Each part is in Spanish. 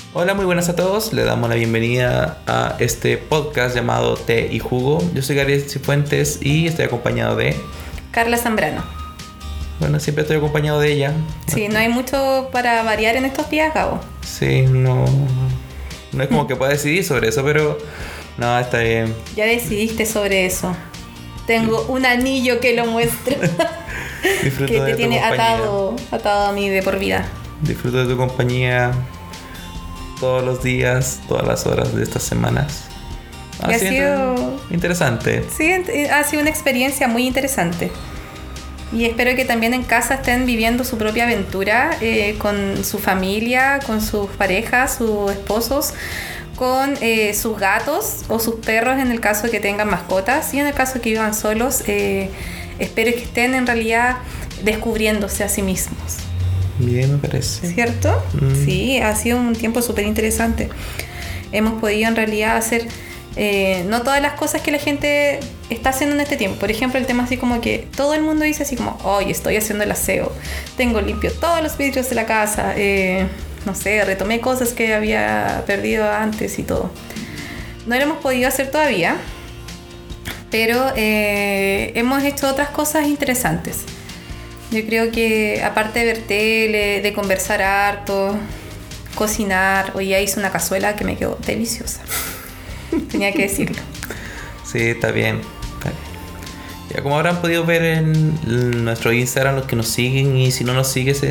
Hola, muy buenas a todos. Le damos la bienvenida a este podcast llamado Té y Jugo. Yo soy Gabriel Cifuentes y estoy acompañado de... Carla Zambrano. Bueno, siempre estoy acompañado de ella. Sí, no hay mucho para variar en estos días, Gabo. Sí, no es como que pueda decidir sobre eso, pero no, está bien. Ya decidiste sobre eso. Tengo un anillo que lo muestra. Disfruto que de te tu tiene compañía. atado a mí de por vida. Disfruto de tu compañía todos los días, todas las horas de estas semanas. Y ha sido interesante. Sí, ha sido una experiencia muy interesante. Y espero que también en casa estén viviendo su propia aventura con su familia, con sus parejas, sus esposos, con sus gatos o sus perros en el caso de que tengan mascotas, y en el caso de que vivan solos, espero que estén en realidad descubriéndose a sí mismos. Bien, me parece. ¿Cierto? Sí, ha sido un tiempo súper interesante. Hemos podido en realidad hacer no todas las cosas que la gente está haciendo en este tiempo. Por ejemplo, el tema así como que todo el mundo dice así como, hoy estoy haciendo el aseo, tengo limpio todos los vidrios de la casa, no sé, retomé cosas que había perdido antes y todo. No lo hemos podido hacer todavía, pero hemos hecho otras cosas interesantes. Yo creo que aparte de ver tele, de conversar harto, cocinar, hoy ya hice una cazuela que me quedó deliciosa. Tenía que decirlo. Sí, está bien. Ya, como habrán podido ver en nuestro Instagram, los que nos siguen, y si no nos sigues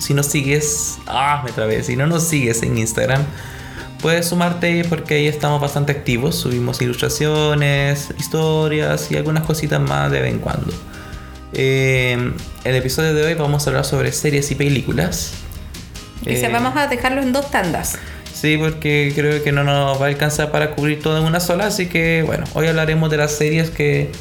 si no nos sigues en Instagram, puedes sumarte porque ahí estamos bastante activos. Subimos ilustraciones, historias y algunas cositas más de vez en cuando. El episodio de hoy vamos a hablar sobre series y películas. Vamos a dejarlo en 2 tandas. Sí, porque creo que no nos va a alcanzar para cubrir todo en una sola, así que bueno, hoy hablaremos de las series que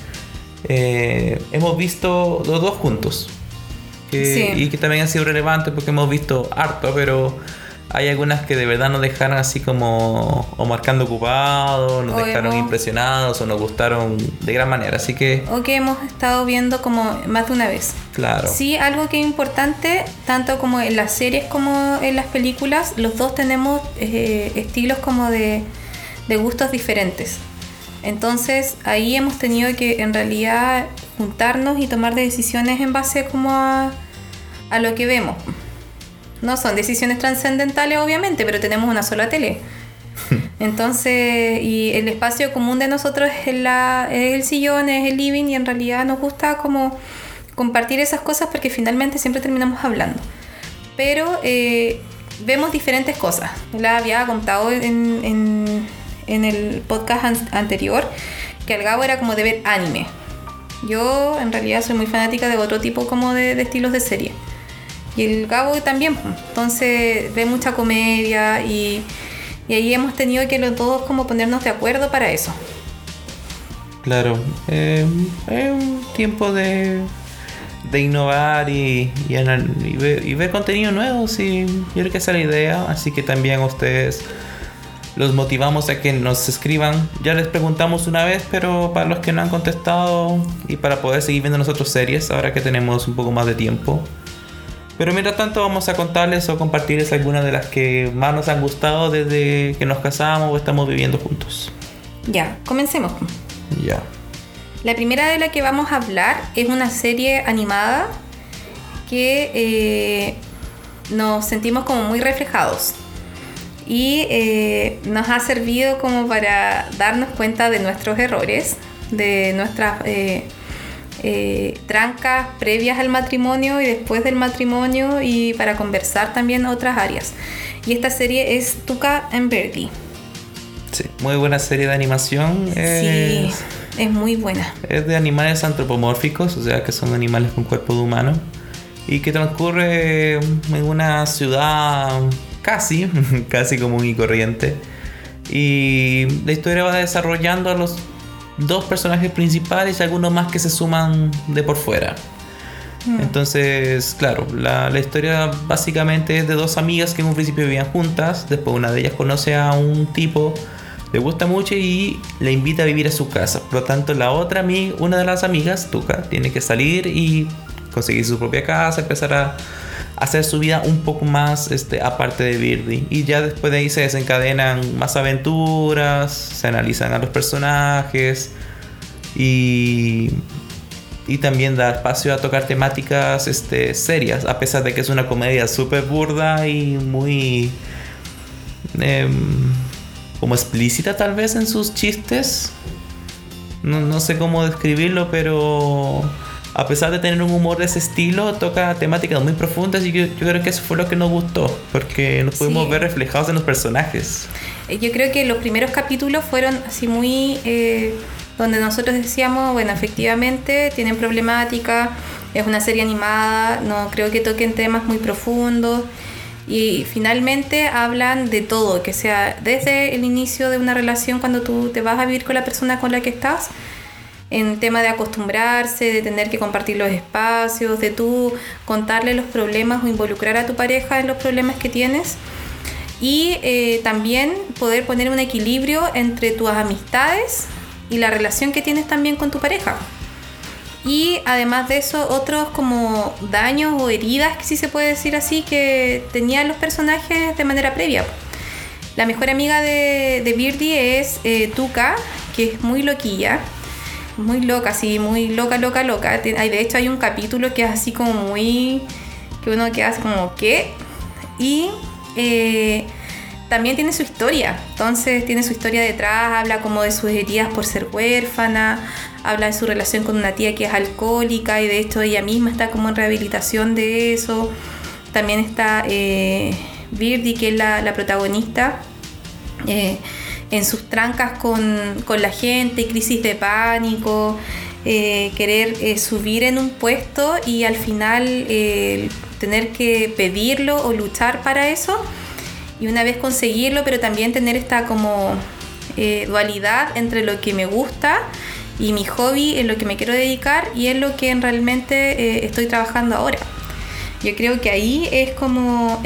hemos visto los dos juntos. Sí. Y que también han sido relevantes porque hemos visto harto, pero hay algunas que de verdad nos dejaron así como o marcando ocupados, nos dejaron impresionados o nos gustaron de gran manera, así que... O que hemos estado viendo como más de una vez. Claro. Sí, algo que es importante, tanto como en las series como en las películas, los dos tenemos estilos como de gustos diferentes. Entonces ahí hemos tenido que en realidad juntarnos y tomar decisiones en base como a lo que vemos. No son decisiones trascendentales obviamente, pero tenemos una sola tele. Entonces, y el espacio común de nosotros es el sillón, es el living, y en realidad nos gusta como compartir esas cosas porque finalmente siempre terminamos hablando. Pero vemos diferentes cosas. La había contado en el podcast anterior que al Gabo era como de ver anime. Yo en realidad soy muy fanática de otro tipo como de estilos de serie. Y el Gabo también, entonces ve mucha comedia y ahí hemos tenido que los dos como ponernos de acuerdo para eso. Claro, es un tiempo de innovar y ver contenido nuevo, sí, yo creo que esa es la idea, así que también a ustedes los motivamos a que nos escriban. Ya les preguntamos una vez, pero para los que no han contestado y para poder seguir viendo nosotros series, ahora que tenemos un poco más de tiempo. Pero mientras tanto vamos a contarles o compartirles algunas de las que más nos han gustado desde que nos casamos o estamos viviendo juntos. Ya, comencemos. Ya. La primera de la que vamos a hablar es una serie animada que nos sentimos como muy reflejados. Y nos ha servido como para darnos cuenta de nuestros errores, de nuestras... trancas previas al matrimonio y después del matrimonio, y para conversar también otras áreas. Y esta serie es Tuca and Birdie. Sí, muy buena serie de animación. Sí, es muy buena. Es de animales antropomórficos, o sea que son animales con cuerpo de humano, y que transcurre en una ciudad casi común y corriente. Y la historia va desarrollando a los 2 personajes principales y algunos más que se suman de por fuera. Entonces, claro, la historia básicamente es de 2 amigas que en un principio vivían juntas. Después una de ellas conoce a un tipo, le gusta mucho y le invita a vivir a su casa. Por lo tanto, una de las amigas, Tuca, tiene que salir y conseguir su propia casa, empezar hacer su vida un poco más aparte de Birdie. Y ya después de ahí se desencadenan más aventuras, se analizan a los personajes y también da espacio a tocar temáticas serias, a pesar de que es una comedia súper burda y muy como explícita tal vez en sus chistes. No sé cómo describirlo, pero a pesar de tener un humor de ese estilo, toca temáticas muy profundas y yo creo que eso fue lo que nos gustó, porque nos pudimos ver reflejados en los personajes. Yo creo que los primeros capítulos fueron así muy... donde nosotros decíamos, bueno, efectivamente tienen problemática, es una serie animada, no creo que toquen temas muy profundos y finalmente hablan de todo, que sea desde el inicio de una relación cuando tú te vas a vivir con la persona con la que estás, en tema de acostumbrarse, de tener que compartir los espacios, de tú contarle los problemas o involucrar a tu pareja en los problemas que tienes. Y también poder poner un equilibrio entre tus amistades y la relación que tienes también con tu pareja. Y además de eso, otros como daños o heridas, que sí se puede decir así, que tenían los personajes de manera previa. La mejor amiga de Birdie es Tuca, que es muy loquilla, muy loca, así, muy loca. De hecho hay un capítulo que es así como muy... que uno queda así como, ¿qué? Y... también tiene su historia, entonces tiene su historia detrás, habla como de sus heridas por ser huérfana, habla de su relación con una tía que es alcohólica y de hecho ella misma está como en rehabilitación de eso. También está Birdie, que es la protagonista, en sus trancas con la gente, crisis de pánico, querer subir en un puesto y al final tener que pedirlo o luchar para eso. Y una vez conseguirlo, pero también tener esta como dualidad entre lo que me gusta y mi hobby, en lo que me quiero dedicar y en lo que realmente estoy trabajando ahora. Yo creo que ahí es como...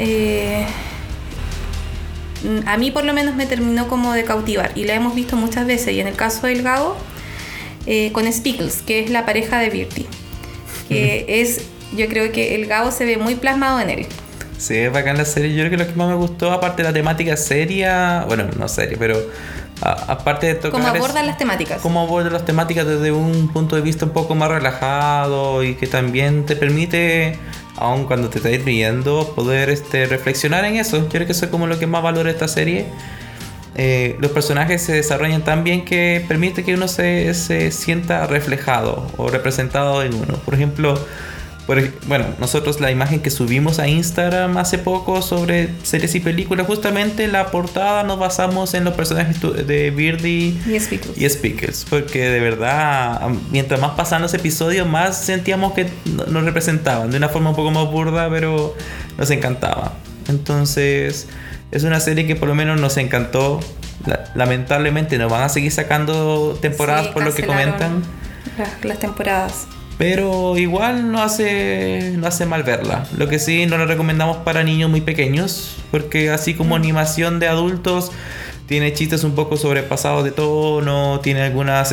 a mí por lo menos me terminó como de cautivar y la hemos visto muchas veces. Y en el caso del Gabo, con Spickles, que es la pareja de Birdie, que es... Yo creo que el Gabo se ve muy plasmado en él. Sí, es bacán la serie. Yo creo que lo que más me gustó, aparte de la temática seria, bueno, no seria, pero aparte de tocar... ¿Cómo abordan las temáticas? Cómo abordan las temáticas desde un punto de vista un poco más relajado y que también te permite, aun cuando te estás riendo, poder reflexionar en eso. Yo creo que eso es como lo que más valora esta serie. Los personajes se desarrollan tan bien que permite que uno se sienta reflejado o representado en uno. Por ejemplo... Bueno, nosotros la imagen que subimos a Instagram hace poco sobre series y películas, justamente la portada nos basamos en los personajes de Birdie y Spickles, porque de verdad, mientras más pasaban los episodios, más sentíamos que nos representaban de una forma un poco más burda, pero nos encantaba. Entonces, es una serie que por lo menos nos encantó. Lamentablemente nos van a seguir sacando temporadas, por lo que comentan. Las temporadas. Pero igual no hace mal verla. Lo que sí, no la recomendamos para niños muy pequeños, porque así como animación de adultos, tiene chistes un poco sobrepasados de tono, tiene algunas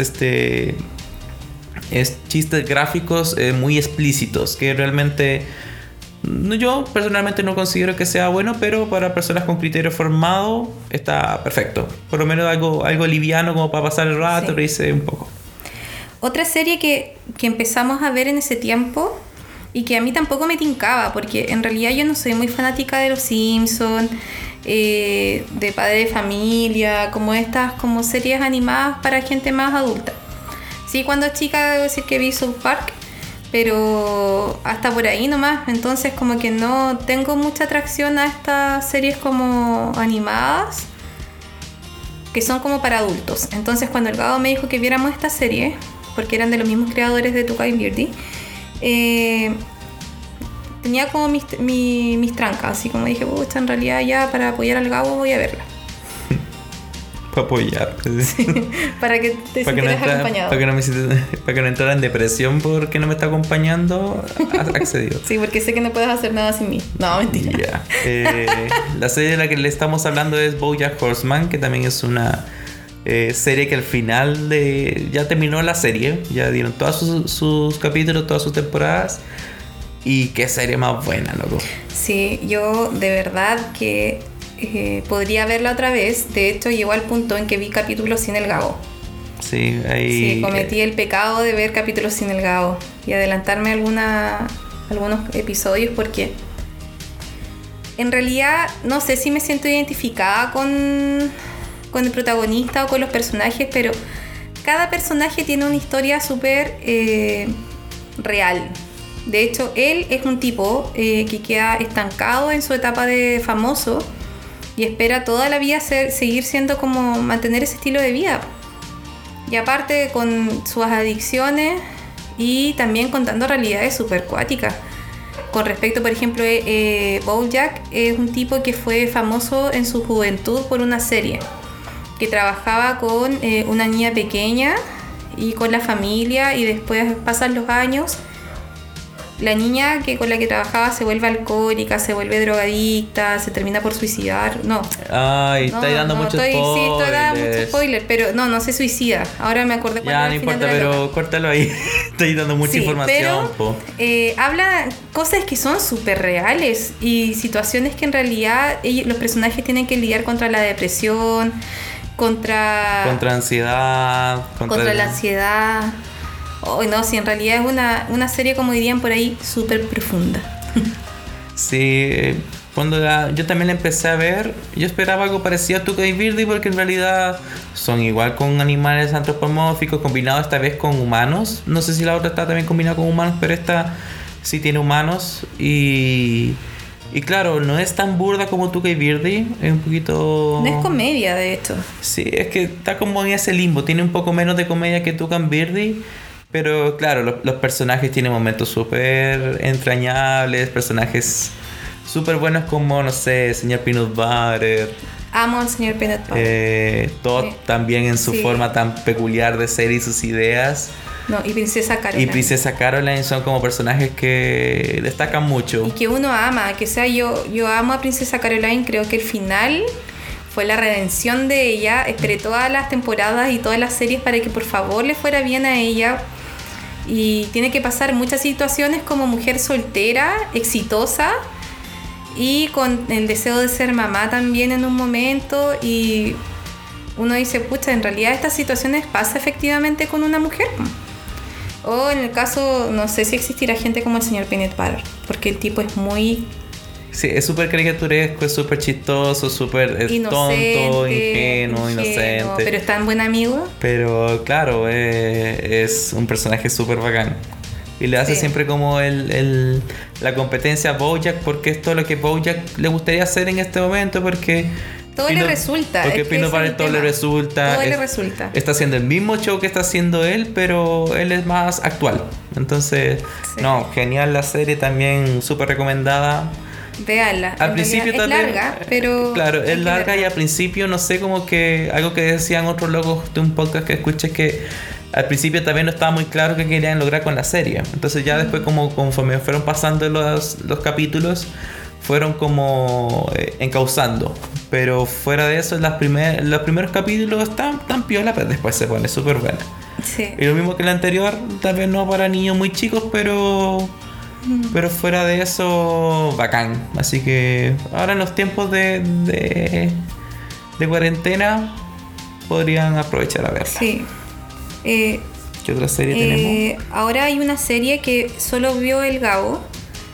chistes gráficos muy explícitos, que realmente yo personalmente no considero que sea bueno, pero para personas con criterio formado está perfecto. Por lo menos algo liviano como para pasar el rato, sí. Reírse un poco. Otra serie que empezamos a ver en ese tiempo y que a mí tampoco me tincaba, porque en realidad yo no soy muy fanática de Los Simpsons, de Padre de Familia, como estas como series animadas para gente más adulta. Sí, cuando chica debo decir que vi South Park, pero hasta por ahí nomás. Entonces como que no tengo mucha atracción a estas series como animadas, que son como para adultos. Entonces cuando el Gabo me dijo que viéramos esta serie, porque eran de los mismos creadores de Tuca y Birdie, tenía como mis trancas, así como dije, pucha, en realidad ya para apoyar al Gabo voy a verla. Para apoyar. Sí, para que te sintieras acompañado. Para que no entrara en depresión porque no me está acompañando, accedió. Sí, porque sé que no puedes hacer nada sin mí. No, mentira. Yeah. La serie de la que le estamos hablando es BoJack Horseman, que también es una serie que al final ya terminó la serie, ya dieron todos sus capítulos, todas sus temporadas, Y qué serie más buena, loco. Sí, yo de verdad que podría verla otra vez. De hecho, llegó al punto en que vi capítulos sin el Gabo. Sí, ahí... Sí, cometí el pecado de ver capítulos sin el Gabo y adelantarme algunos episodios porque en realidad no sé si me siento identificada con el protagonista o con los personajes, pero cada personaje tiene una historia súper real. De hecho, él es un tipo que queda estancado en su etapa de famoso y espera toda la vida seguir siendo como mantener ese estilo de vida. Y aparte con sus adicciones y también contando realidades súper cuáticas. Con respecto, por ejemplo, BoJack es un tipo que fue famoso en su juventud por una serie que trabajaba con una niña pequeña y con la familia, y después pasan los años, la niña con la que trabajaba se vuelve alcohólica, se vuelve drogadicta, se termina por suicidar. No. Ay, estáis dando mucho spoiler. Sí, estoy dando mucho spoiler, pero no se suicida. Ahora me acordé cuál ya, era no el final importa, de la pero nota. córtalo ahí. Estoy dando mucha información, pero, habla cosas que son súper reales y situaciones que en realidad los personajes tienen que lidiar contra la depresión, contra ansiedad, contra la ansiedad. Oh, no, si en realidad es una serie, como dirían por ahí, súper profunda. Sí, cuando yo también la empecé a ver, yo esperaba algo parecido a Tuca y Birdie, porque en realidad son igual con animales antropomórficos combinados esta vez con humanos. No sé si la otra está también combinada con humanos, pero esta sí tiene humanos. Y claro, no es tan burda como Tuca y Birdie, es un poquito... No es comedia, de hecho. Sí, es que está como en ese limbo, tiene un poco menos de comedia que Tuca y Birdie. Pero claro, los personajes tienen momentos súper entrañables, personajes súper buenos como, no sé, Señor Peanut Butter. Amo al Señor Peanut Butter. Todd también en su forma tan peculiar de ser y sus ideas. No, y Princesa Caroline. Y Princesa Caroline son como personajes que destacan mucho. Y que uno ama, que sea yo amo a Princesa Caroline, creo que el final fue la redención de ella. Esperé todas las temporadas y todas las series para que por favor le fuera bien a ella. Y tiene que pasar muchas situaciones como mujer soltera, exitosa y con el deseo de ser mamá también en un momento, y uno dice, pucha, en realidad estas situaciones pasa efectivamente con una mujer. O en el caso, no sé si existirá gente como el señor Peanut Butter, porque el tipo es muy... Sí, es súper caricaturesco, es súper chistoso, súper tonto, ingenuo, inocente. Pero es tan buen amigo. Pero claro, es un personaje súper bacán. Y le hace siempre como la competencia a BoJack, porque es todo lo que BoJack le gustaría hacer en este momento, porque... Todo le resulta. Porque Peanut Butter todo le resulta. Todo le resulta. Está haciendo el mismo show que está haciendo él, pero él es más actual. Entonces, no, genial la serie, también súper recomendada. Véanla. Al principio es larga, pero... Claro, es larga y al principio, no sé, como que algo que decían otros locos de un podcast que escuché, que al principio también no estaba muy claro qué querían lograr con la serie. Entonces ya después, como conforme fueron pasando los capítulos, fueron como encauzando. Pero fuera de eso, los primeros capítulos están tan piola, pero después se pone súper buena. Sí. Y lo mismo que el anterior, tal vez no para niños muy chicos, pero fuera de eso, bacán. Así que ahora en los tiempos de cuarentena podrían aprovechar a verla. Sí. ¿Qué otra serie tenemos? Ahora hay una serie que solo vio el Gabo.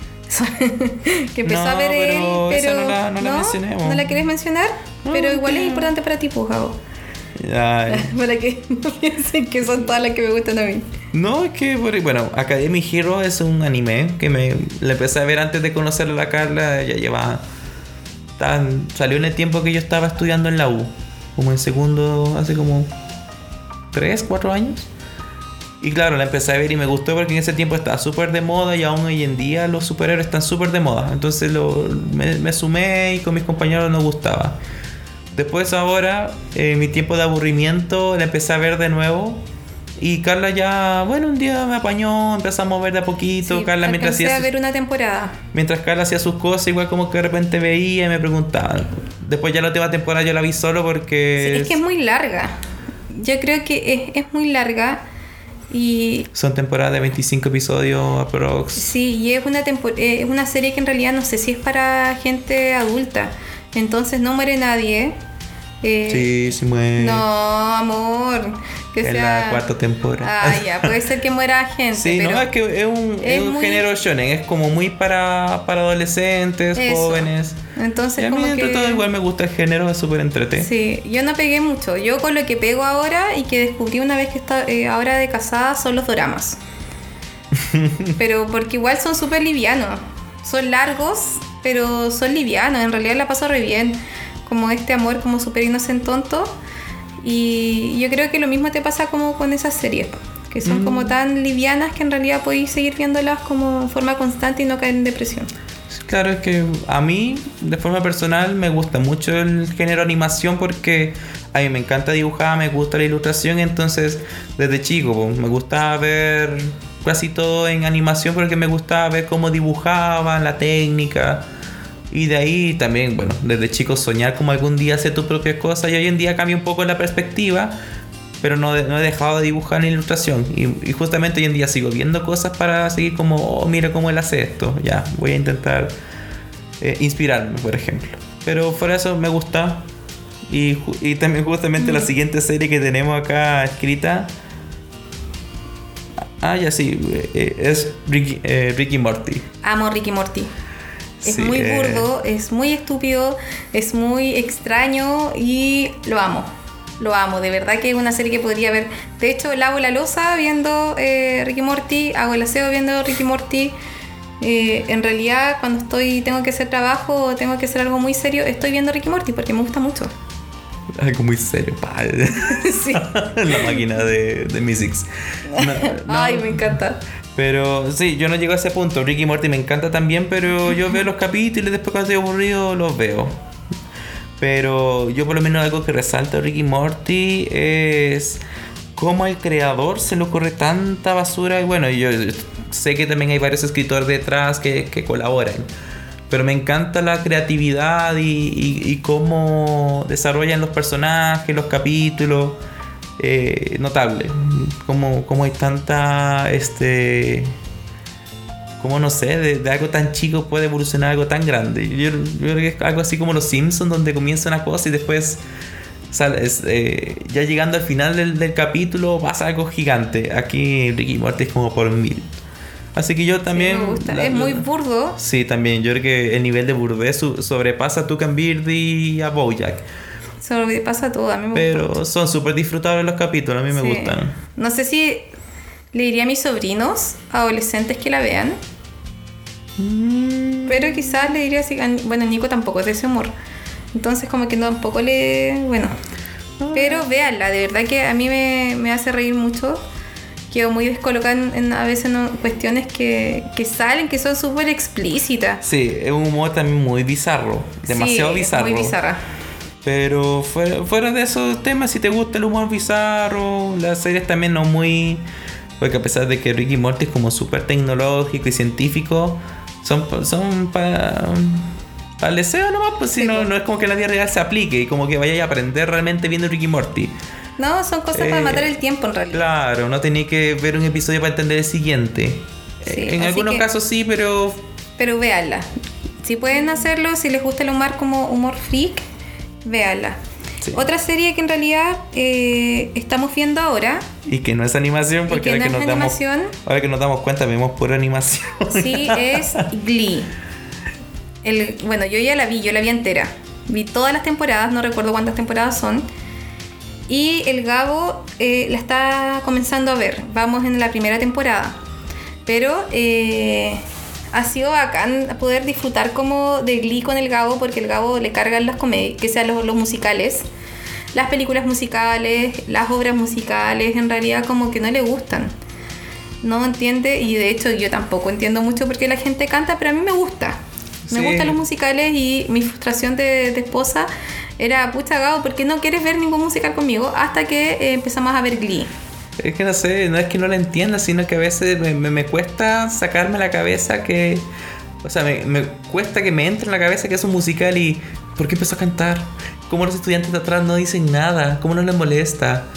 Que empezó a ver él, pero esa no la mencionemos. ¿No la querés mencionar? No, pero igual es importante para ti, pues, Gabo. Para que no piensen que son todas las que me gustan a mí. No, es que, bueno, Academy Hero es un anime que la empecé a ver antes de conocerle a la Carla. Ya lleva... Salió en el tiempo que yo estaba estudiando en la U. Como en segundo, hace como 3, 4 años. Y claro, la empecé a ver y me gustó porque en ese tiempo estaba súper de moda, y aún hoy en día los superhéroes están súper de moda. Entonces me sumé y con mis compañeros nos gustaba. Después ahora, en mi tiempo de aburrimiento, la empecé a ver de nuevo. Y Carla ya, bueno, un día me apañó, empezamos a ver de a poquito. Sí, Carla mientras a ver una temporada. Mientras Carla hacía sus cosas, igual como que de repente veía y me preguntaba. Después ya la última temporada yo la vi solo porque... Sí, es que es muy larga. Yo creo que es muy larga. Y Son temporadas de 25 episodios aprox. sí, y es es una serie que en realidad no sé si es para gente adulta. Entonces no muere nadie. Sí, sí muere. No, amor. Que En sea... la 4ª temporada. Ya, puede ser que muera gente. Sí, pero no, es que es un muy- género shonen, es como muy para adolescentes, Eso. jóvenes. Entonces, Y a mí como entre que... todo igual me gusta el género, es súper entrete. Sí, yo no pegué mucho. Yo con lo que pego ahora y que descubrí una vez que está ahora de casada son los doramas. Pero porque igual son súper livianos. Son largos, pero son livianos. En realidad la paso re bien. Como este amor como súper tonto. Y yo creo que lo mismo te pasa como con esas series. Que son como tan livianas que en realidad podéis seguir viéndolas como en forma constante y no caer en depresión. Claro, es que a mí, de forma personal, me gusta mucho el género animación porque a mí me encanta dibujar, me gusta la ilustración, entonces desde chico pues, me gustaba ver casi todo en animación porque me gustaba ver cómo dibujaban, la técnica. Y de ahí también, bueno, desde chico soñar como algún día hacer tus propias cosas y hoy en día cambia un poco la perspectiva, pero no he dejado de dibujar en ilustración y justamente hoy en día sigo viendo cosas para seguir como, oh, mira cómo él hace esto, ya, voy a intentar inspirarme, por ejemplo. Pero fuera de eso me gusta y también justamente la siguiente serie que tenemos acá escrita, ya sí, es Ricky Morty. Amo Ricky Morty. Es Sí, muy burdo, es muy estúpido, es muy extraño y lo amo. Lo amo, de verdad que es una serie que podría ver. De hecho, lavo la loza viendo Ricky Morty, hago el aseo viendo Ricky Morty. En realidad, cuando tengo que hacer trabajo o tengo que hacer algo muy serio, estoy viendo Ricky Morty porque me gusta mucho. Algo muy serio, Sí. la máquina de Mystics. Ay, me encanta. Pero sí, yo no llego a ese punto. Ricky Morty me encanta también, pero yo veo los capítulos y después cuando estoy aburrido los veo. Pero yo por lo menos algo que resalta a Ricky Morty es cómo al creador se le ocurre tanta basura. Y bueno, yo sé que también hay varios escritores detrás que colaboran. Pero me encanta la creatividad y cómo desarrollan los personajes, los capítulos. Notable. Como hay tanta como no sé, de algo tan chico puede evolucionar algo tan grande. Yo creo que es algo así como los Simpsons, donde comienza una cosa y después ya llegando al final del capítulo pasa algo gigante. Aquí Ricky Morty es como por 1000. Así que yo también... Sí, me gusta. Es muy burdo. Sí, también. Yo creo que el nivel de burdez sobrepasa a Tuck and Birdie y a BoJack. Sobrepasa todo, a mí me gusta. Pero son súper disfrutables los capítulos, a mí me Sí. gustan. No sé si le diría a mis sobrinos adolescentes que la vean. Pero quizás le diría así. Bueno, Nico tampoco es de ese humor. Entonces, como que tampoco le. Bueno. Pero véanla, de verdad que a mí me hace reír mucho. Quedo muy descolocada a veces en cuestiones que salen, que son súper explícitas. Sí, es un humor también muy bizarro. Demasiado Sí, bizarro. muy bizarra. Pero fuera de esos temas, si te gusta el humor bizarro, las series también no muy... Porque a pesar de que Ricky Morty es como súper tecnológico y científico, son para el deseo nomás, pues si Sí, no, pues. no es como que en la vida real se aplique y como que vayas a aprender realmente viendo Ricky Morty. No, son cosas para matar el tiempo en realidad. Claro, no tenés que ver un episodio para entender el siguiente. Sí, En así algunos que- casos sí, pero... Pero véanla. Si pueden hacerlo, si les gusta el humor como humor freak, véanla. Sí. Otra serie que en realidad estamos viendo ahora, Y que no es animación, porque que no es animación. ahora que nos damos cuenta vemos pura animación. sí, es Glee. Bueno, yo ya la vi entera. Vi todas las temporadas, no recuerdo cuántas temporadas son. Y el Gabo la está comenzando a ver. Vamos en la primera temporada. Pero ha sido bacán poder disfrutar como de Glee con el Gabo, porque el Gabo le cargan las comedias, que sean los musicales, las películas musicales, las obras musicales, en realidad como que no le gustan. No entiende, y de hecho yo tampoco entiendo mucho por qué la gente canta, pero a mí me gusta. Me Sí. gustan los musicales y mi frustración de esposa era, pucha Gabo, ¿por qué no quieres ver ningún musical conmigo? Hasta que empezamos a ver Glee. Es que no sé, no es que no la entienda, sino que a veces me cuesta sacarme la cabeza que... O sea, me cuesta que me entre en la cabeza que es un musical y... ¿Por qué empezó a cantar? ¿Cómo los estudiantes de atrás no dicen nada? ¿Cómo no les molesta?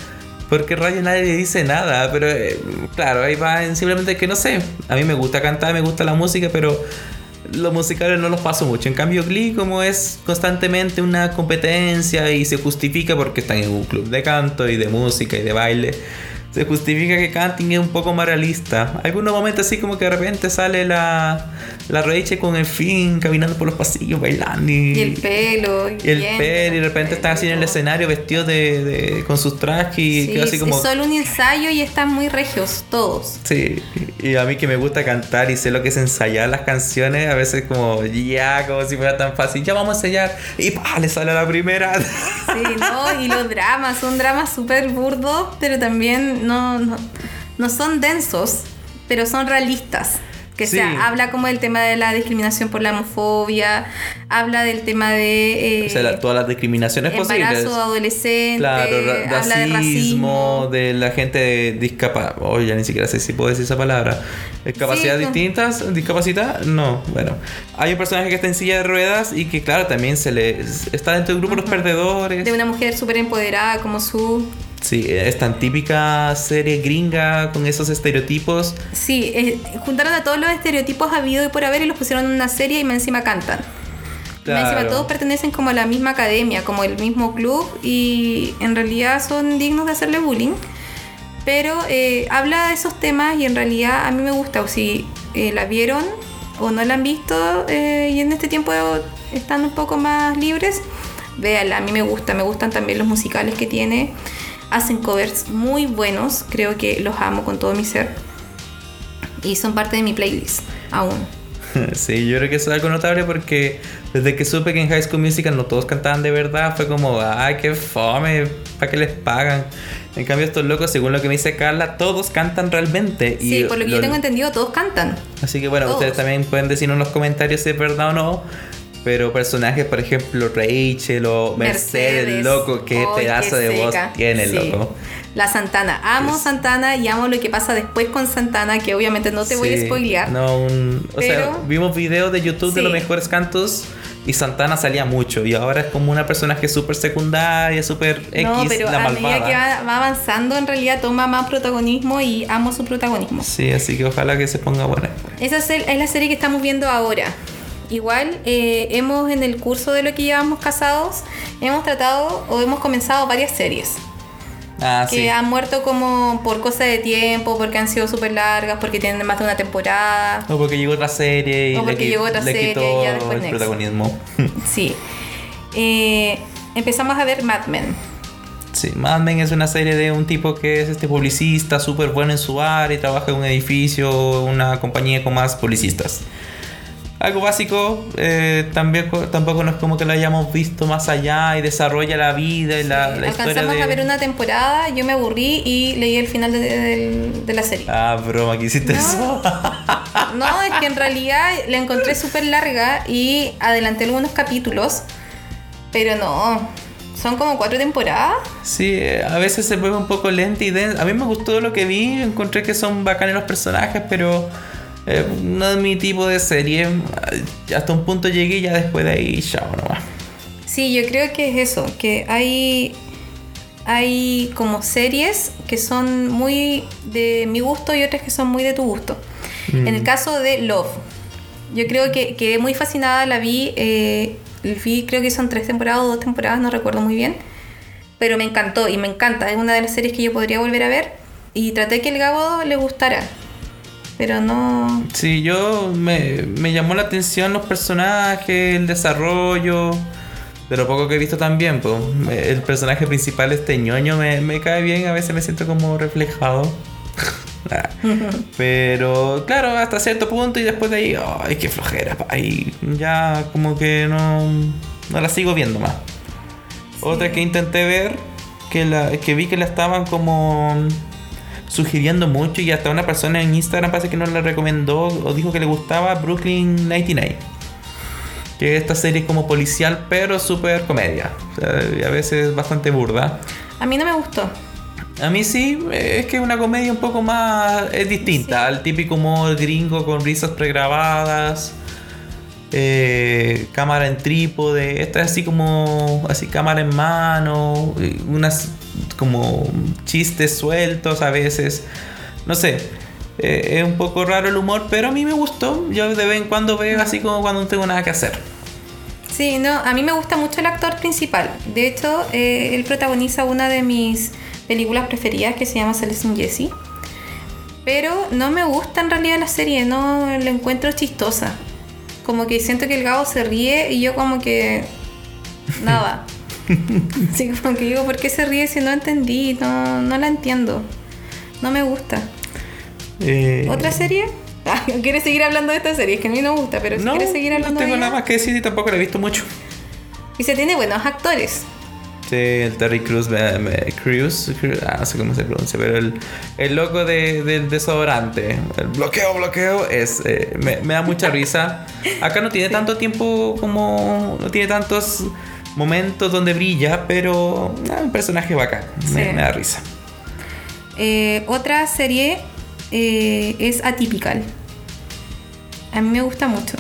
¿por qué rayos nadie le dice nada? Pero claro, ahí va simplemente que no sé. A mí me gusta cantar, me gusta la música, pero los musicales no los paso mucho. En cambio, Glee, como es constantemente una competencia y se justifica porque están en un club de canto y de música y de baile, se justifica que canten es un poco más realista. Algunos momentos así como que de repente sale la Rachel con el Finn caminando por los pasillos bailando y el pelo y de repente están así en el escenario vestidos con sus trajes y sí, queda así como... es solo un ensayo y están muy regios todos. Sí, y a mí que me gusta cantar y sé lo que es ensayar las canciones, a veces como como si fuera tan fácil, ya vamos a ensayar y le sale la primera. Sí, no, y los dramas son dramas súper burdos, pero también no son densos, pero son realistas. Que sí. sea, habla como del tema de la discriminación por la homofobia, habla del tema de... o sea, todas las discriminaciones posibles. Embarazo adolescente, claro, habla de racismo. De la gente discapacitada. Oh, ya ni siquiera sé si puedo decir esa palabra. ¿Capacidades distintas? ¿Discapacitada? No, bueno. Hay un personaje que está en silla de ruedas y que, claro, también está dentro del grupo de los perdedores. De una mujer súper empoderada como su... Sí, es tan típica serie gringa con esos estereotipos. Sí, juntaron a todos los estereotipos habido y por haber y los pusieron en una serie y más encima cantan. Claro. Más encima todos pertenecen como a la misma academia, como el mismo club y en realidad son dignos de hacerle bullying. Pero habla de esos temas y en realidad a mí me gusta. O si la vieron o no la han visto y en este tiempo están un poco más libres, véanla, a mí me gusta. Me gustan también los musicales que tiene. Hacen covers muy buenos, creo que los amo con todo mi ser. Y son parte de mi playlist, aún. Sí, yo creo que eso es algo notable porque desde que supe que en High School Musical no todos cantaban de verdad, fue como, ay, qué fome, ¿para qué les pagan? En cambio estos locos, según lo que me dice Carla, todos cantan realmente. Sí, por lo que yo tengo entendido, todos cantan. Así que bueno, todos. Ustedes también pueden decirnos en los comentarios si es verdad o no. Pero personajes, por ejemplo, Rachel o Mercedes, loco, qué pedazo de voz tiene el loco. La Santana, amo Santana y amo lo que pasa después con Santana, que obviamente no te voy a spoilear. No, o sea, vimos videos de YouTube de los mejores cantos y Santana salía mucho y ahora es como una personaje súper secundaria, súper X, no, pero la a malvada. medida que va avanzando en realidad toma más protagonismo y amo su protagonismo. Sí, así que ojalá que se ponga buena. Esa es la serie que estamos viendo ahora. Igual hemos en el curso de lo que llevamos casados hemos tratado o hemos comenzado varias series que han muerto como por cosa de tiempo, porque han sido súper largas, porque tienen más de una temporada o porque llegó otra serie y le quitó ya después el protagonismo. Sí. Empezamos a ver Mad Men. Sí, Mad Men es una serie de un tipo que es publicista súper bueno en su área y trabaja en un edificio, una compañía con más publicistas. Algo básico, tampoco no es como que lo hayamos visto más allá y desarrolla la vida y la historia. Alcanzamos a ver una temporada, yo me aburrí y leí el final de la serie. Ah, broma, ¿qué hiciste eso? No, es que en realidad la encontré súper larga y adelanté algunos capítulos, pero no, son como 4 temporadas. Sí, a veces se vuelve un poco lenta y densa. A mí me gustó lo que vi, encontré que son bacanes los personajes, pero... no es mi tipo de serie. Hasta un punto llegué y ya después de ahí chao nomás. Sí, yo creo que es eso, que hay como series que son muy de mi gusto y otras que son muy de tu gusto. En el caso de Love, yo creo que quedé muy fascinada, la vi creo que son 3 temporadas o 2 temporadas, no recuerdo muy bien, pero me encantó y me encanta, es una de las series que yo podría volver a ver y traté que el Gabo le gustara. Pero no... Sí, me llamó la atención los personajes, el desarrollo. De lo poco que he visto también, pues. El personaje principal, ñoño, me cae bien. A veces me siento como reflejado. Pero, claro, hasta cierto punto. Y después de ahí, ¡ay, qué flojera! Y ya como que no la sigo viendo más. Sí. Otra que intenté ver, que vi que la estaban como... sugiriendo mucho y hasta una persona en Instagram parece que nos la recomendó o dijo que le gustaba, Brooklyn 99, que esta serie es como policial pero súper comedia, o sea, a veces bastante burda. A mí no me gustó. A mí sí, es que es una comedia un poco más, es distinta al típico humor gringo con risas pregrabadas, cámara en trípode. Esta es así como cámara en mano, como chistes sueltos a veces. No sé, es un poco raro el humor, pero a mí me gustó. Yo de vez en cuando veo así como cuando no tengo nada que hacer. Sí, no, a mí me gusta mucho el actor principal. De hecho, él protagoniza una de mis películas preferidas que se llama Celestine Jessie. Pero no me gusta en realidad la serie, no la encuentro chistosa. Como que siento que el Gabo se ríe y yo como que... nada. Así como que digo, ¿por qué se ríe si no entendí? No la entiendo. No me gusta. ¿Otra serie? ¿Quieres seguir hablando de esta serie? Es que a mí no me gusta, pero si quieres seguir hablando no tengo de ella... nada más que decir y tampoco la he visto mucho. Y se tiene buenos actores. Sí, el Terry Crews, no sé cómo se pronuncia, pero el loco del desodorante, el bloqueo, me da mucha risa. Acá no tiene tanto tiempo como... no tiene tantos momentos donde brilla, pero un personaje bacán, me da risa. Otra serie es Atypical. A mí me gusta mucho.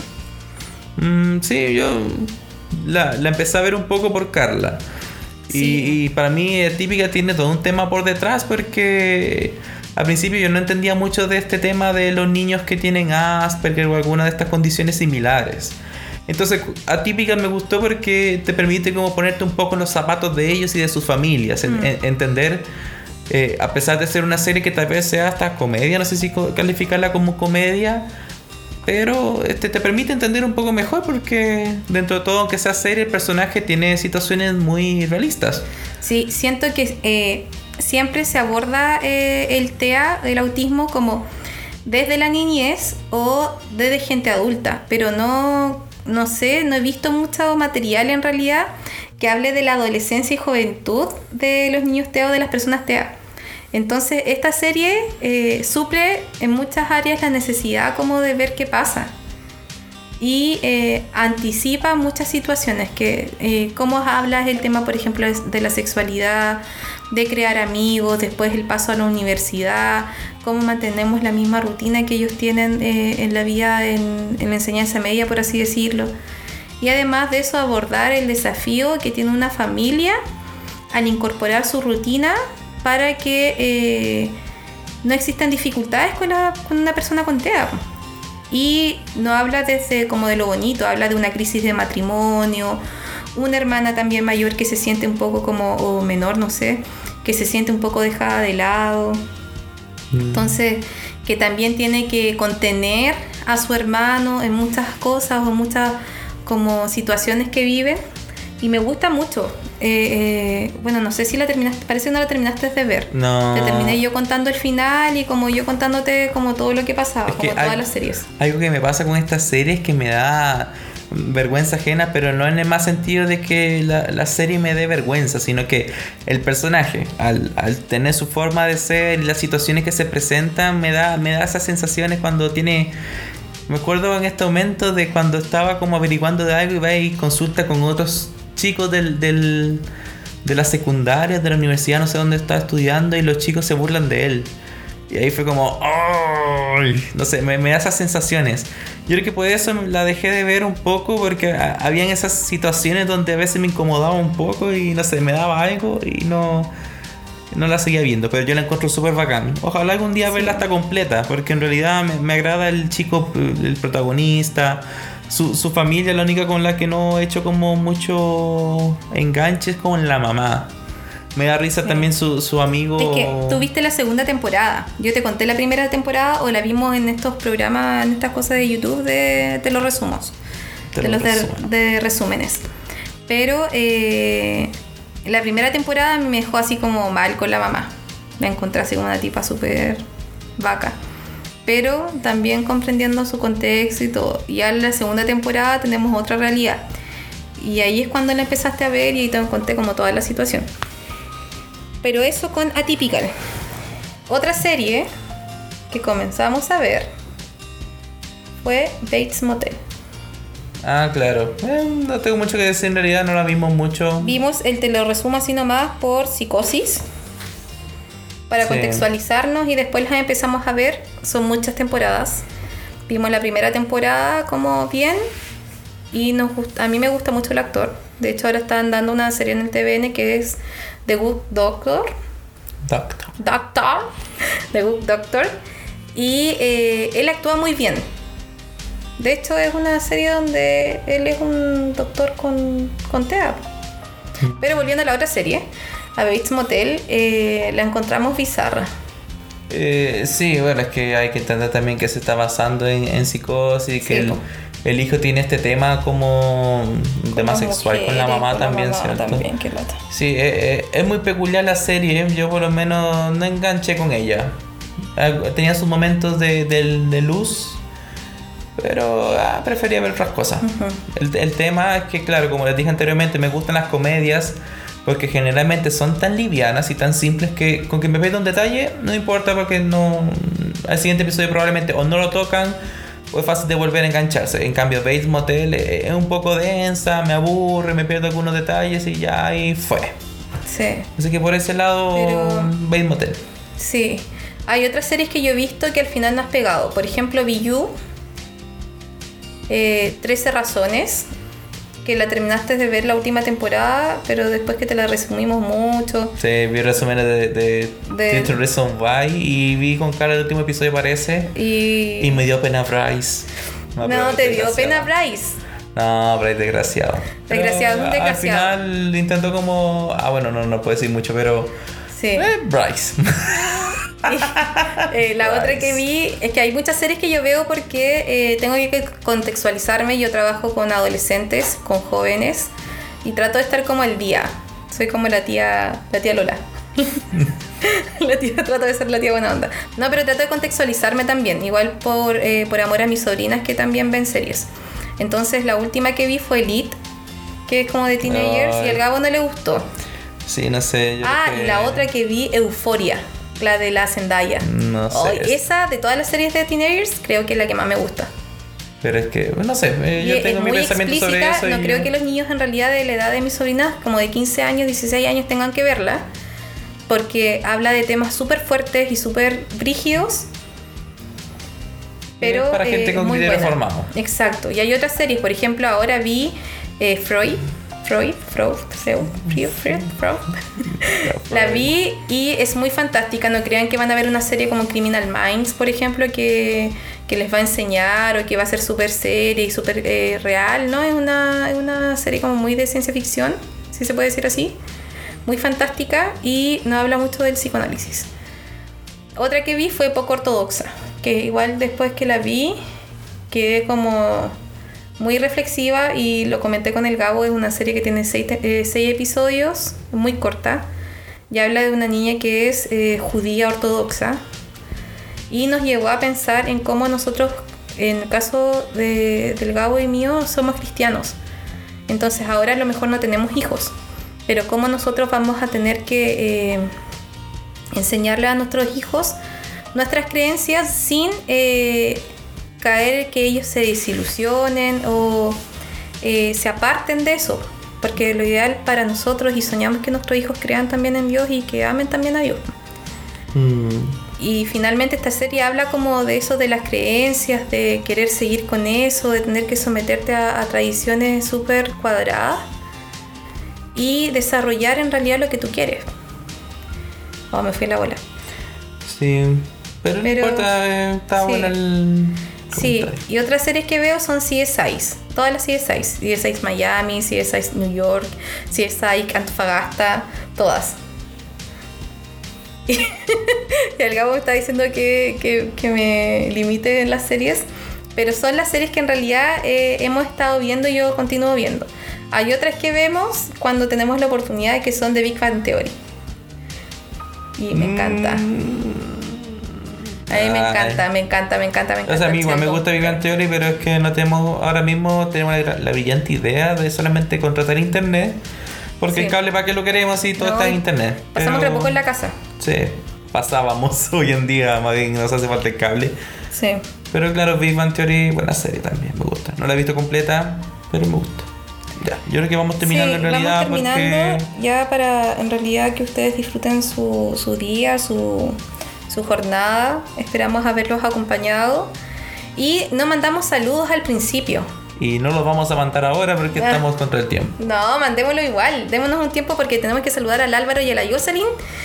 Sí, yo la empecé a ver un poco por Carla. Sí. Y para mí Atypical tiene todo un tema por detrás, porque al principio yo no entendía mucho de este tema de los niños que tienen Asperger o alguna de estas condiciones similares. Entonces Atypical me gustó porque te permite como ponerte un poco en los zapatos de ellos y de sus familias, entender, a pesar de ser una serie que tal vez sea hasta comedia, no sé si calificarla como comedia, pero te permite entender un poco mejor, porque dentro de todo, aunque sea serie, el personaje tiene situaciones muy realistas. Sí, siento que siempre se aborda el TEA, el autismo, como desde la niñez o desde gente adulta, pero no sé, no he visto mucho material en realidad que hable de la adolescencia y juventud de los niños TEA o de las personas TEA. Entonces esta serie suple en muchas áreas la necesidad como de ver qué pasa y anticipa muchas situaciones que como hablas el tema, por ejemplo, de la sexualidad, de crear amigos, después el paso a la universidad, cómo mantenemos la misma rutina que ellos tienen en la vida en la enseñanza media, por así decirlo, y además de eso abordar el desafío que tiene una familia al incorporar su rutina para que no existan dificultades con una persona con TEA. Y no habla desde como de lo bonito, habla de una crisis de matrimonio, una hermana también mayor que se siente un poco como, o menor, no sé, que se siente un poco dejada de lado. Entonces, que también tiene que contener a su hermano en muchas cosas o muchas como situaciones que vive. Y me gusta mucho. Bueno, no sé si la terminaste, parece que no la terminaste de ver. No. Te terminé yo contando el final y como yo contándote como todo lo que pasaba, como todas las series. Algo que me pasa con estas series que me da vergüenza ajena, pero no en el más sentido de que la serie me dé vergüenza, sino que el personaje, al tener su forma de ser y las situaciones que se presentan, me da esas sensaciones cuando tiene... Me acuerdo en este momento de cuando estaba como averiguando de algo y va y consulta con otros chicos de la secundaria, de la universidad, no sé dónde estaba estudiando, y los chicos se burlan de él. Y ahí fue como... ¡ay! No sé, me da esas sensaciones. Yo creo que por eso la dejé de ver un poco, porque habían esas situaciones donde a veces me incomodaba un poco y no sé, me daba algo y no la seguía viendo, pero yo la encuentro súper bacán. Ojalá algún día verla hasta completa, porque en realidad me agrada el chico, el protagonista, su familia, la única con la que no he hecho como mucho enganche es con la mamá. Me da risa también su amigo. Es que tú viste la segunda temporada. Yo te conté la primera temporada o la vimos en estos programas, en estas cosas de YouTube de los resumos. De resúmenes. Pero la primera temporada me dejó así como mal con la mamá. La encontré así como una tipa súper vaca. Pero también comprendiendo su contexto y todo. Y ya en la segunda temporada tenemos otra realidad. Y ahí es cuando la empezaste a ver y ahí te conté como toda la situación. Pero eso con Atypical. Otra serie que comenzamos a ver fue Bates Motel. Ah, claro. No tengo mucho que decir, en realidad no la vimos mucho. Vimos, te lo resumo así nomás, por Psicosis, para contextualizarnos, y después las empezamos a ver. Son muchas temporadas. Vimos la primera temporada como bien, y a mí me gusta mucho el actor. De hecho ahora están dando una serie en el TVN que es The Good Doctor, Doctor, The Good Doctor. Y él actúa muy bien. De hecho, es una serie donde él es un doctor con TEA. Pero volviendo a la otra serie, a Bates Motel, la encontramos bizarra. Sí, bueno, es que hay que entender también que se está basando en psicosis, que Sí, el hijo tiene este tema como un tema sexual con la mamá con la también, mamá ¿cierto? también, qué lata. Sí, es muy peculiar la serie, yo por lo menos no enganché con ella. Tenía sus momentos de luz, pero prefería ver otras cosas. El tema es que, claro, como les dije anteriormente, me gustan las comedias porque generalmente son tan livianas y tan simples que con que me pierda un detalle no importa, porque no, al siguiente episodio probablemente o no lo tocan o es fácil de volver a engancharse. En cambio, Bates Motel es un poco densa, me aburre, me pierdo algunos detalles y ya ahí fue. Sí. Así que por ese lado, Pero- Bates Motel. Sí. Hay otras series que yo he visto que al final no has pegado. Por ejemplo, You, 13 razones, que la terminaste de ver la última temporada, pero después que te la resumimos mucho. Sí, vi resúmenes de 13 Reasons Why y vi con cara el último episodio, parece, y me dio pena Bryce. No, te dio pena Bryce. No, Bryce desgraciado. Desgraciado, Pero un desgraciado. Al final intentó como... bueno, no puedo decir mucho, pero... Sí. Bryce. La otra que vi es que hay muchas series que yo veo porque tengo que contextualizarme. Yo trabajo con adolescentes, con jóvenes, y trato de estar como al día. Soy como la tía Lola. Trato de ser la tía buena onda. No, pero trato de contextualizarme también. Igual por amor a mis sobrinas que también ven series. Entonces la última que vi fue Elite, que es como de teenagers. Ay. Y al Gabo no le gustó. Sí, no sé. Yo creo que... Y la otra que vi, Euphoria, la de la Zendaya. No sé. Esa, de todas las series de teenagers, creo que es la que más me gusta. Pero es que, no sé, Y yo es tengo mi muy pensamiento sobre explícita. eso. No y- creo que los niños en realidad de la edad de mis sobrinas, como de 15 años, 16 años, tengan que verla, porque habla de temas súper fuertes y súper brígidos. Pero Es para gente con muy criterio buena. formado. Exacto. Y hay otras series, por ejemplo, ahora vi Freud. La vi y es muy fantástica. No crean que van a ver una serie como Criminal Minds, por ejemplo, que les va a enseñar o que va a ser súper seria y súper real. No, es una serie como muy de ciencia ficción, si se puede decir así. Muy fantástica y no habla mucho del psicoanálisis. Otra que vi fue Poco Ortodoxa, que igual después que la vi quedé como muy reflexiva y lo comenté con el Gabo. Es una serie que tiene 6 episodios, muy corta, y habla de una niña que es judía ortodoxa y nos llevó a pensar en cómo nosotros, en el caso del Gabo y mío, somos cristianos. Entonces ahora a lo mejor no tenemos hijos, pero cómo nosotros vamos a tener que enseñarle a nuestros hijos nuestras creencias sin caer que ellos se desilusionen o se aparten de eso, porque lo ideal para nosotros, y soñamos que nuestros hijos crean también en Dios y que amen también a Dios. Y finalmente esta serie habla como de eso, de las creencias, de querer seguir con eso, de tener que someterte a tradiciones súper cuadradas y desarrollar en realidad lo que tú quieres. Me fui a la bola. Sí, pero no importa, está sí. bueno el... Sí, comentario. y otras series que veo son CSIs. Todas las CSIs. CSIs Miami, CSIs New York, CSI Antofagasta, todas. Y el Gabo me está diciendo que me limite en las series, pero son las series que en realidad hemos estado viendo y yo continúo viendo. Hay otras que vemos cuando tenemos la oportunidad, que son de Big Bang Theory. Y me encanta. A mí me encanta. O sea, a mí igual me Siento- gusta Big Bang Theory, pero es que no tenemos, ahora mismo tenemos la brillante idea de solamente contratar internet, porque Sí. el cable, ¿para qué lo queremos si todo No, está en internet? Pasamos Pero- re poco en la casa. Sí, pasábamos hoy en día, más bien nos hace falta el cable. Sí. Pero claro, Big Bang Theory, buena serie también, me gusta. No la he visto completa, pero me gusta. Ya, yo creo que vamos terminando en realidad, vamos terminando porque... ya para en realidad que ustedes disfruten su día, su jornada. Esperamos haberlos acompañado y no mandamos saludos al principio. Y no los vamos a mandar ahora porque estamos contra el tiempo. No, mandémoslo igual. Démonos un tiempo porque tenemos que saludar al Álvaro y a la Jocelyn,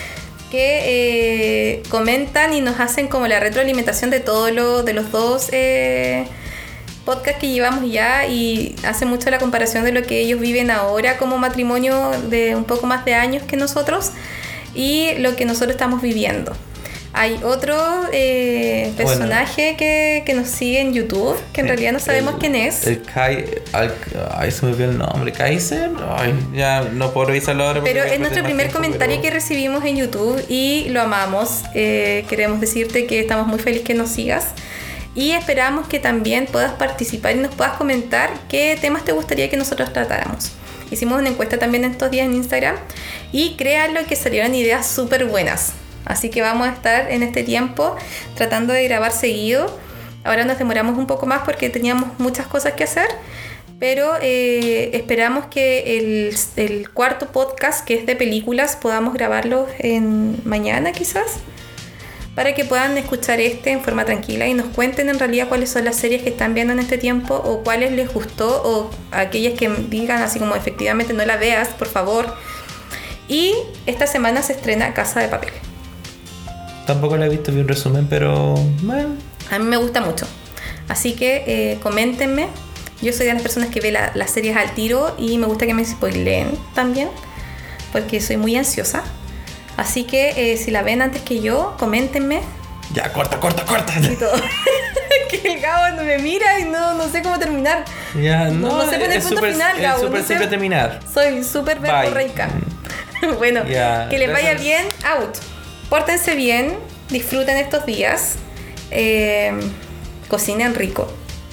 que comentan y nos hacen como la retroalimentación de de los dos podcasts que llevamos ya, y hace mucho la comparación de lo que ellos viven ahora como matrimonio de un poco más de años que nosotros y lo que nosotros estamos viviendo. Hay otro personaje que nos sigue en YouTube, que en realidad no sabemos quién es. Ay, se me olvidó el nombre. ¿Kaiser? Ay, ya no puedo revisarlo ahora. Pero es nuestro primer comentario que recibimos en YouTube y lo amamos. Queremos decirte que estamos muy felices que nos sigas. Y esperamos que también puedas participar y nos puedas comentar qué temas te gustaría que nosotros tratáramos. Hicimos una encuesta también estos días en Instagram y créanlo que salieron ideas súper buenas. Así que vamos a estar en este tiempo tratando de grabar seguido. Ahora nos demoramos un poco más porque teníamos muchas cosas que hacer, pero esperamos que el cuarto podcast, que es de películas, podamos grabarlo mañana quizás, para que puedan escuchar en forma tranquila y nos cuenten en realidad cuáles son las series que están viendo en este tiempo o cuáles les gustó, o aquellas que digan así como efectivamente no la veas, por favor. Y esta semana se estrena Casa de Papel. Tampoco la he visto, vi un resumen, pero bueno. A mí me gusta mucho. Así que coméntenme. Yo soy de las personas que ve las series al tiro y me gusta que me spoileen también, porque soy muy ansiosa. Así que si la ven antes que yo, coméntenme. Ya, corta. Y todo. Que el Gabo no me mira y no sé cómo terminar. Ya, no sé poner punto final, Gabo. Es súper simple terminar. Soy súper verborreica. Bueno, ya, que les vaya bien. Out. Pórtense bien. Disfruten estos días. Cocinen rico.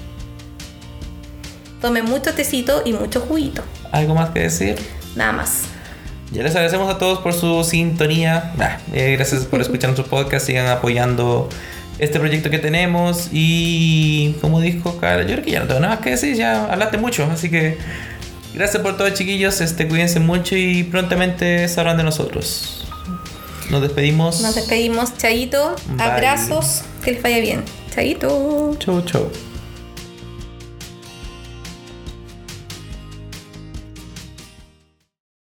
Tomen mucho tecito y mucho juguito. ¿Algo más que decir? Nada más. Ya les agradecemos a todos por su sintonía. Gracias por escuchar nuestro podcast. Sigan apoyando este proyecto que tenemos. Y como dijo Carla, yo creo que ya no tengo nada más que decir. Ya hablaste mucho. Así que gracias por todo, chiquillos. Cuídense mucho y prontamente sabrán de nosotros. Nos despedimos. Chaito. Bye. Abrazos. Que les vaya bien. Chaito. Chau.